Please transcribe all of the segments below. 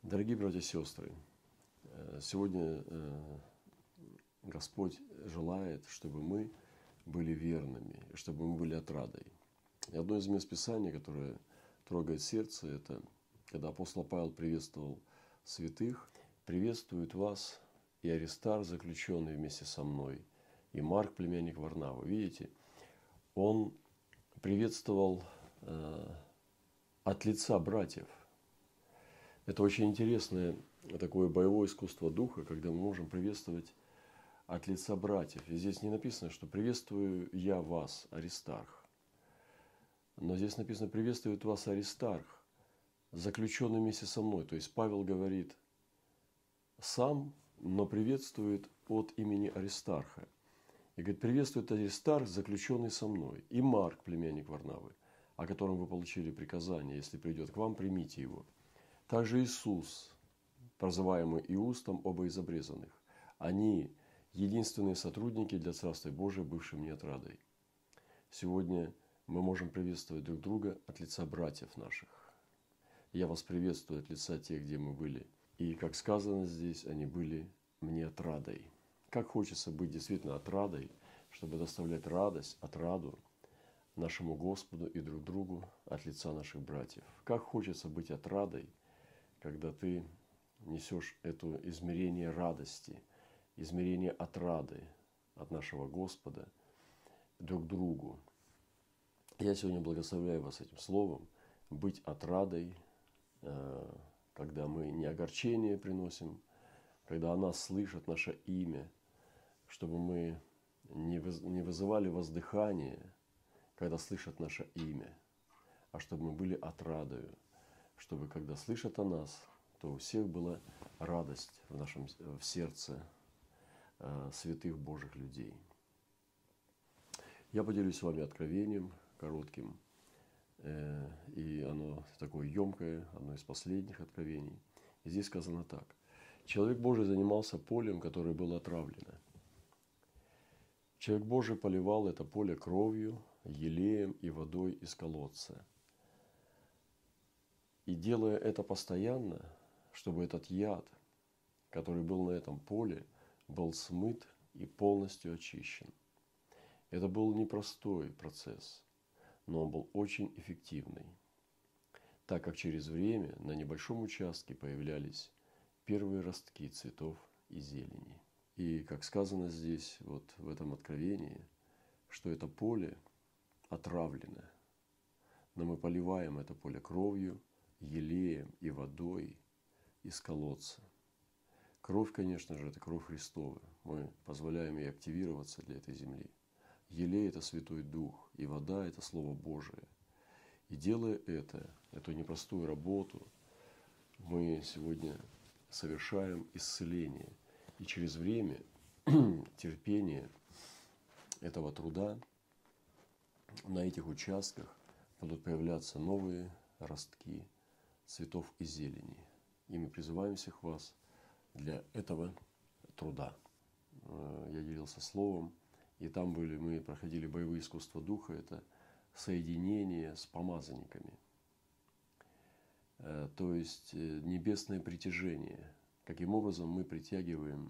Дорогие братья и сестры, сегодня Господь желает, чтобы мы были верными, чтобы мы были отрадой. И одно из мест Писания, которое трогает сердце, это когда апостол Павел приветствовал святых: «Приветствует вас и Аристарх, заключенный вместе со мной, и Марк, племянник Варнавы». Видите, он приветствовал от лица братьев. Это очень интересное такое боевое искусство духа, когда мы можем приветствовать от лица братьев. И здесь не написано, что «приветствую я вас, Аристарх». Но здесь написано «приветствует вас Аристарх, заключенный вместе со мной». То есть Павел говорит сам, но приветствует от имени Аристарха. И говорит: «Приветствует Аристарх, заключенный со мной, и Марк, племянник Варнавы, о котором вы получили приказание: если придет к вам, примите его. Также Иисус, прозываемый Иустом, оба из обрезанных. Они единственные сотрудники для Царства Божия, бывшие мне отрадой». Сегодня мы можем приветствовать друг друга от лица братьев наших. Я вас приветствую от лица тех, где мы были. И, как сказано здесь, они были мне отрадой. Как хочется быть действительно отрадой, чтобы доставлять радость, отраду нашему Господу и друг другу от лица наших братьев. Как хочется быть отрадой, когда ты несешь это измерение радости, измерение отрады от нашего Господа друг другу. Я сегодня благословляю вас этим словом: быть отрадой, когда мы не огорчение приносим, когда о нас слышат наше имя, чтобы мы не вызывали воздыхание, когда слышат наше имя, а чтобы мы были отрадою, чтобы, когда слышат о нас, то у всех была радость в сердце святых Божьих людей. Я поделюсь с вами откровением коротким, и оно такое емкое, одно из последних откровений. И здесь сказано так: человек Божий занимался полем, которое было отравлено. Человек Божий поливал это поле кровью, елеем и водой из колодца. И делая это постоянно, чтобы этот яд, который был на этом поле, был смыт и полностью очищен. Это был непростой процесс, но он был очень эффективный, так как через время на небольшом участке появлялись первые ростки цветов и зелени. И, как сказано здесь, вот в этом откровении, что это поле отравлено, но мы поливаем это поле кровью, елеем и водой из колодца. Кровь, конечно же, это кровь Христова. Мы позволяем ей активироваться для этой земли. Елей – это Святой Дух, и вода – это Слово Божие. И делая эту непростую работу, мы сегодня совершаем исцеление. И через время, терпение этого труда на этих участках будут появляться новые ростки цветов и зелени. И мы призываем всех вас для этого труда. Я делился словом, и там мы проходили боевые искусства духа. Это соединение с помазанниками, то есть небесное притяжение. Каким образом мы притягиваем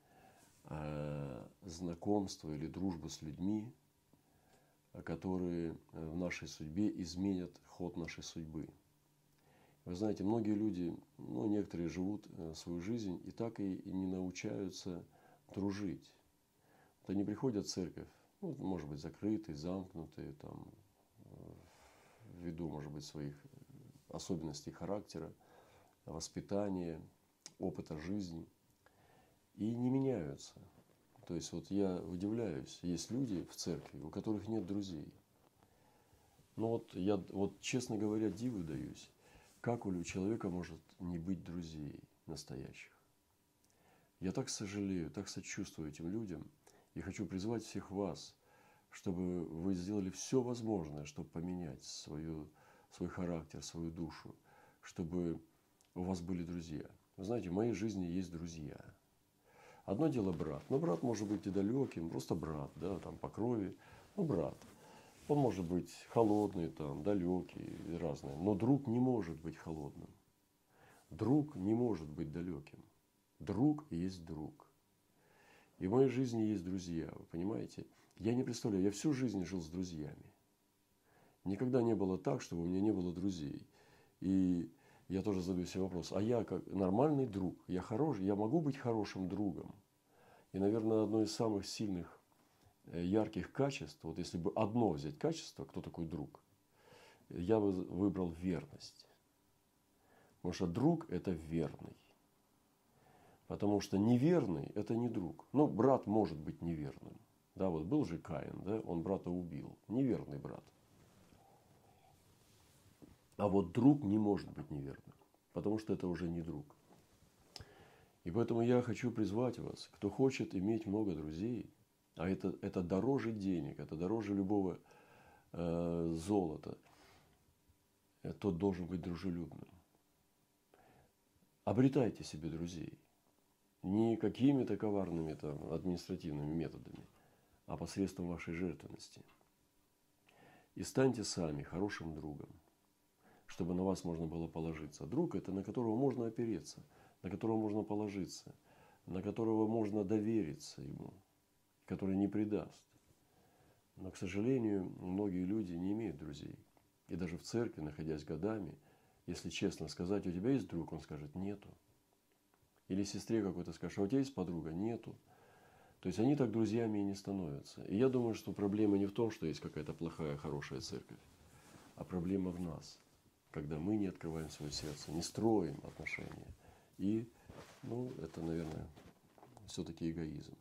знакомство или дружбу с людьми, которые в нашей судьбе изменят ход нашей судьбы. Вы знаете, многие люди, некоторые живут свою жизнь и так и не научаются дружить. Вот они приходят в церковь, может быть, закрытые, замкнутые, там, ввиду, может быть, своих особенностей характера, воспитания, опыта жизни, и не меняются. То есть я удивляюсь, есть люди в церкви, у которых нет друзей. Я, честно говоря, диву даюсь, как у человека может не быть друзей настоящих. Я так сожалею, так сочувствую этим людям, и хочу призвать всех вас, чтобы вы сделали все возможное, чтобы поменять свой характер, свою душу, чтобы у вас были друзья. Вы знаете, в моей жизни есть друзья. Одно дело брат. Брат может быть и далеким, просто брат, да, там по крови, брат. Он может быть холодный, там, далекий, разный. Но друг не может быть холодным. Друг не может быть далеким. Друг есть друг. И в моей жизни есть друзья, вы понимаете? Я не представляю, я всю жизнь жил с друзьями. Никогда не было так, чтобы у меня не было друзей. И я тоже задаю себе вопрос, а я как нормальный друг, я хороший, я могу быть хорошим другом? И, наверное, одно из самых сильных, ярких качеств, вот если бы одно взять качество, кто такой друг, я бы выбрал верность. Потому что друг – это верный. Потому что неверный – это не друг. Ну, брат может быть неверным. Да, вот был же Каин, да, он брата убил. Неверный брат. А вот друг не может быть неверным. Потому что это уже не друг. И поэтому я хочу призвать вас, кто хочет иметь много друзей, а это дороже денег, это дороже любого золота, тот должен быть дружелюбным. Обретайте себе друзей. Не какими-то коварными там, административными методами, а посредством вашей жертвенности. И станьте сами хорошим другом, чтобы на вас можно было положиться. Друг – это на которого можно опереться, на которого можно положиться, на которого можно довериться ему, который не предаст. Но, к сожалению, многие люди не имеют друзей. И даже в церкви, находясь годами, если честно сказать, у тебя есть друг, он скажет нету. Или сестре какой-то скажешь, а у тебя есть подруга? Нету. То есть они так друзьями и не становятся. И я думаю, что проблема не в том, что есть какая-то плохая, хорошая церковь, а проблема в нас, когда мы не открываем свое сердце, не строим отношения. И, это, наверное, все-таки эгоизм.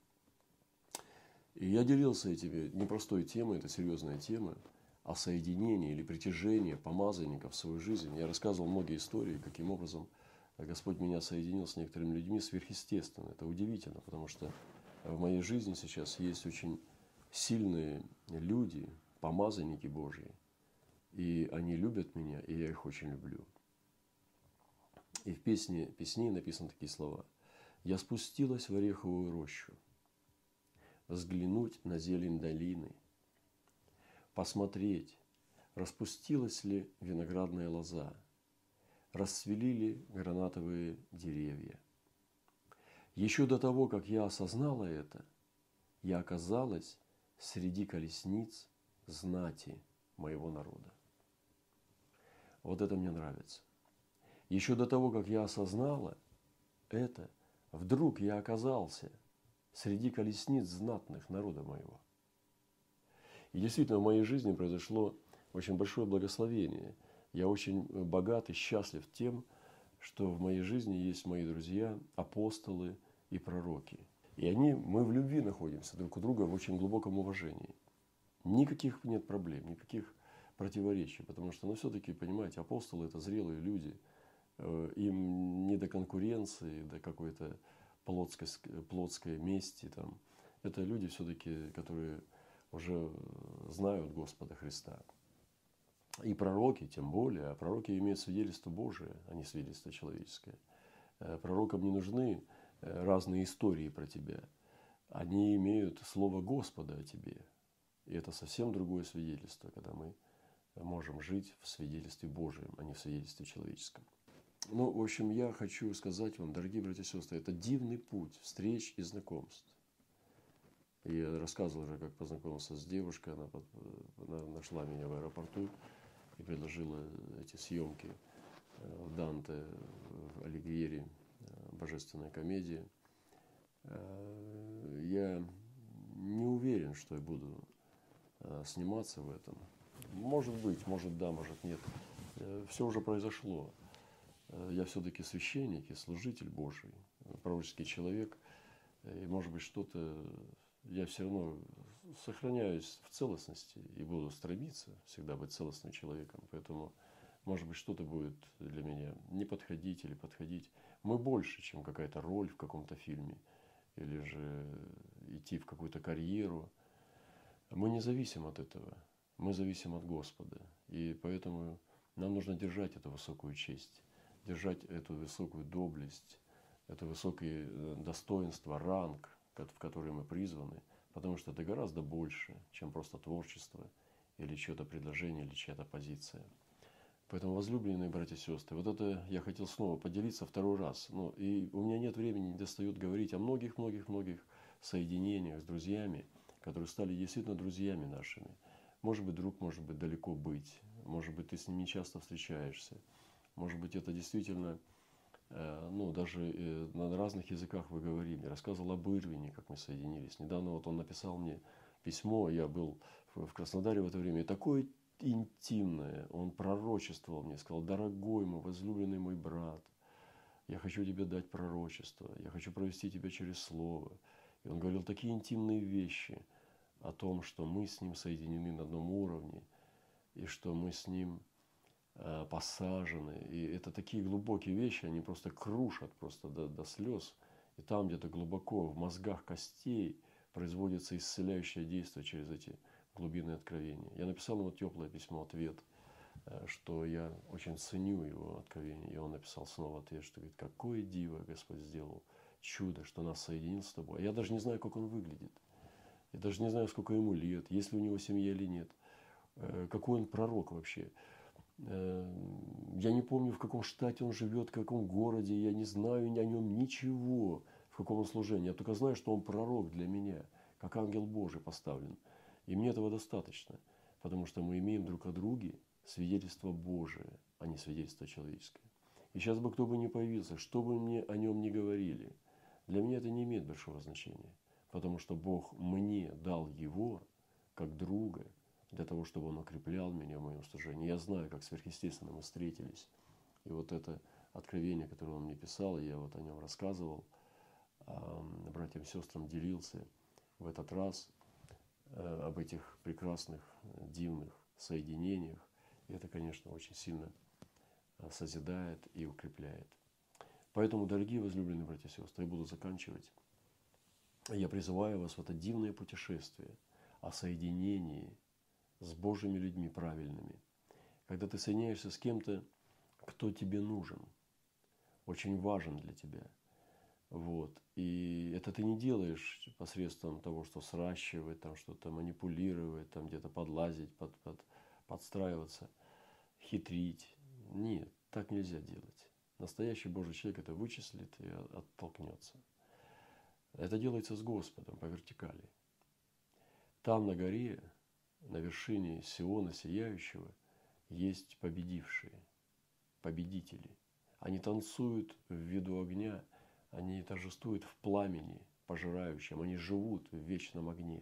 И я делился этими непростой темой, это серьезная тема, о соединении или притяжении помазанников в свою жизнь. Я рассказывал многие истории, каким образом Господь меня соединил с некоторыми людьми сверхъестественно. Это удивительно, потому что в моей жизни сейчас есть очень сильные люди, помазанники Божьи. И они любят меня, и я их очень люблю. И в песне написаны такие слова. «Я спустилась в ореховую рощу, взглянуть на зелень долины, посмотреть, распустилась ли виноградная лоза, расцвели ли гранатовые деревья. Еще до того, как я осознала это, я оказалась среди колесниц знати моего народа». Вот это мне нравится. Еще до того, как я осознала это, вдруг я оказался среди колесниц знатных народа моего. И действительно, в моей жизни произошло очень большое благословение. Я очень богат и счастлив тем, что в моей жизни есть мои друзья, апостолы и пророки. И мы в любви находимся друг у друга в очень глубоком уважении. Никаких нет проблем, никаких противоречий, потому что, все-таки, понимаете, апостолы – это зрелые люди, им не до конкуренции, до какой-то плотской мести. Там. Это люди все-таки, которые уже знают Господа Христа. И пророки, тем более, а пророки имеют свидетельство Божие, а не свидетельство человеческое. Пророкам не нужны разные истории про тебя. Они имеют слово Господа о тебе. И это совсем другое свидетельство, когда мы можем жить в свидетельстве Божьем, а не в свидетельстве человеческом. В общем, я хочу сказать вам, дорогие братья и сестры, это дивный путь встреч и знакомств. Я рассказывал уже, как познакомился с девушкой, она нашла меня в аэропорту и предложила эти съемки в Данте, в Алигьери, божественная комедия. Я не уверен, что я буду сниматься в этом. Может быть, может да, может нет. Все уже произошло. Я все-таки священник и служитель Божий, пророческий человек. И, может быть, что-то я все равно сохраняюсь в целостности и буду стремиться всегда быть целостным человеком. Поэтому, может быть, что-то будет для меня не подходить или подходить. Мы больше, чем какая-то роль в каком-то фильме или же идти в какую-то карьеру. Мы не зависим от этого. Мы зависим от Господа. И поэтому нам нужно держать эту высокую честь, держать эту высокую доблесть, это высокое достоинство, ранг, в который мы призваны, потому что это гораздо больше, чем просто творчество или чье-то предложение, или чья-то позиция. Поэтому, возлюбленные братья и сестры, вот это я хотел снова поделиться второй раз. Ну, и у меня нет времени, не достает говорить о многих-многих-многих соединениях с друзьями, которые стали действительно друзьями нашими. Может быть, друг может быть далеко быть, может быть, ты с ним не часто встречаешься, может быть, это действительно, ну, даже на разных языках вы говорили. Рассказывал об Ирвине, как мы соединились. Недавно вот он написал мне письмо, я был в Краснодаре в это время, и такое интимное, он пророчествовал мне, сказал: дорогой мой, возлюбленный мой брат, я хочу тебе дать пророчество, я хочу провести тебя через слово. И он говорил такие интимные вещи о том, что мы с ним соединены на одном уровне, и что мы с ним посажены. И это такие глубокие вещи, они просто крушат просто до слез. И там где-то глубоко в мозгах костей производится исцеляющее действие через эти глубины откровения. Я написал ему теплое письмо, ответ, что я очень ценю его откровение. И он написал снова ответ, что говорит: какое диво Господь сделал, чудо, что нас соединил с тобой. А я даже не знаю, как он выглядит. Я даже не знаю, сколько ему лет, есть ли у него семья или нет. Какой он пророк вообще. Я не помню, в каком штате он живет, в каком городе. Я не знаю о нем ничего, в каком он служении. Я только знаю, что он пророк для меня, как ангел Божий поставлен. И мне этого достаточно, потому что мы имеем друг о друге свидетельство Божие, а не свидетельство человеческое. И сейчас бы кто бы ни появился, что бы мне о нем ни говорили, для меня это не имеет большого значения, потому что Бог мне дал его как друга, для того, чтобы он укреплял меня в моем служении. Я знаю, как сверхъестественно мы встретились. И вот это откровение, которое он мне писал, я вот о нем рассказывал, братьям и сестрам делился в этот раз об этих прекрасных, дивных соединениях. И это, конечно, очень сильно созидает и укрепляет. Поэтому, дорогие возлюбленные братья и сестры, я буду заканчивать. Я призываю вас в это дивное путешествие о соединении с Божьими людьми правильными. Когда ты соединяешься с кем-то, кто тебе нужен, очень важен для тебя. Вот. И это ты не делаешь посредством того, что сращивать, там что-то манипулировать, там где-то подлазить, подстраиваться, хитрить. Нет, так нельзя делать. Настоящий Божий человек это вычислит и оттолкнется. Это делается с Господом по вертикали. Там на горе, на вершине Сиона Сияющего, есть победившие, победители. Они танцуют в виду огня, они торжествуют в пламени пожирающем, они живут в вечном огне.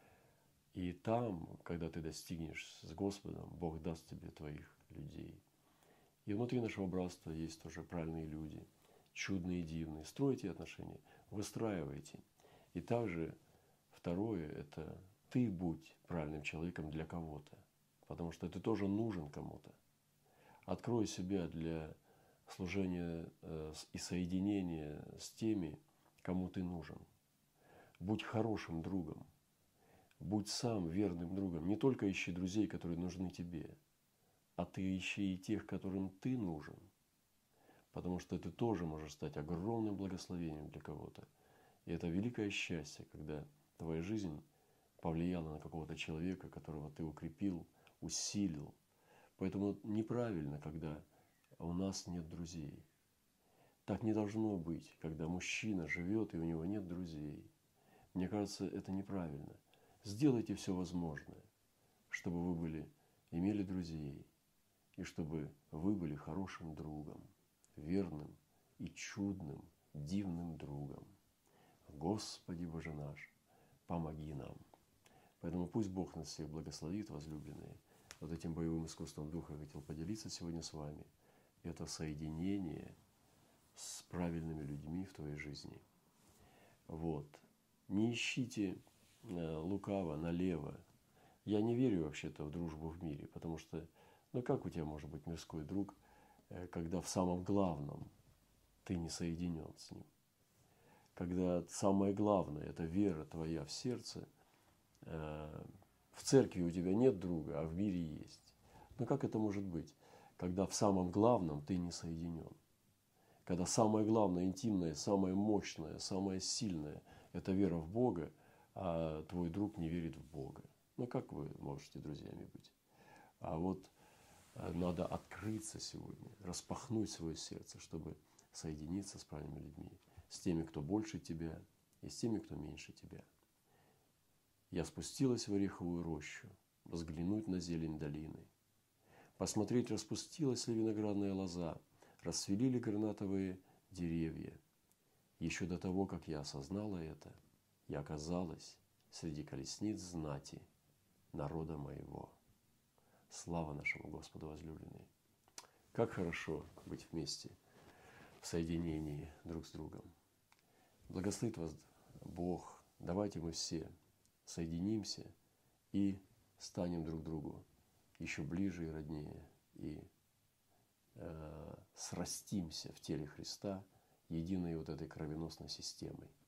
И там, когда ты достигнешь с Господом, Бог даст тебе твоих людей. И внутри нашего братства есть тоже правильные люди, чудные, дивные. Стройте отношения, выстраивайте. И также второе – это ты будь правильным человеком для кого-то, потому что ты тоже нужен кому-то. Открой себя для служения и соединения с теми, кому ты нужен. Будь хорошим другом. Будь сам верным другом. Не только ищи друзей, которые нужны тебе, а ты ищи и тех, которым ты нужен. Потому что ты тоже можешь стать огромным благословением для кого-то. И это великое счастье, когда твоя жизнь повлияла на какого-то человека, которого ты укрепил, усилил. Поэтому неправильно, когда у нас нет друзей. Так не должно быть, когда мужчина живет и у него нет друзей. Мне кажется, это неправильно. Сделайте все возможное, чтобы вы имели друзей, и чтобы вы были хорошим другом, верным и чудным, дивным другом. Господи Боже наш, помоги нам. Поэтому пусть Бог нас всех благословит, возлюбленные. Вот этим боевым искусством Духа я хотел поделиться сегодня с вами. Это соединение с правильными людьми в твоей жизни. Вот. Не ищите лукаво налево. Я не верю вообще-то в дружбу в мире, потому что, ну как у тебя может быть мирской друг, когда в самом главном ты не соединен с ним? Когда самое главное – это вера твоя в сердце, в церкви у тебя нет друга, а в мире есть. Но как это может быть, когда в самом главном ты не соединен? Когда самое главное, интимное, самое мощное, самое сильное – это вера в Бога, а твой друг не верит в Бога. Ну как вы можете друзьями быть? А вот надо открыться сегодня, распахнуть свое сердце, чтобы соединиться с правильными людьми, с теми, кто больше тебя, и с теми, кто меньше тебя. Я спустилась в ореховую рощу, взглянуть на зелень долины, посмотреть, распустилась ли виноградная лоза, расцвели ли гранатовые деревья. Еще до того, как я осознала это, я оказалась среди колесниц знати народа моего. Слава нашему Господу возлюбленные! Как хорошо быть вместе, в соединении друг с другом. Благословит вас Бог. Давайте мы все соединимся и станем друг другу еще ближе и роднее, и срастимся в теле Христа единой вот этой кровеносной системой.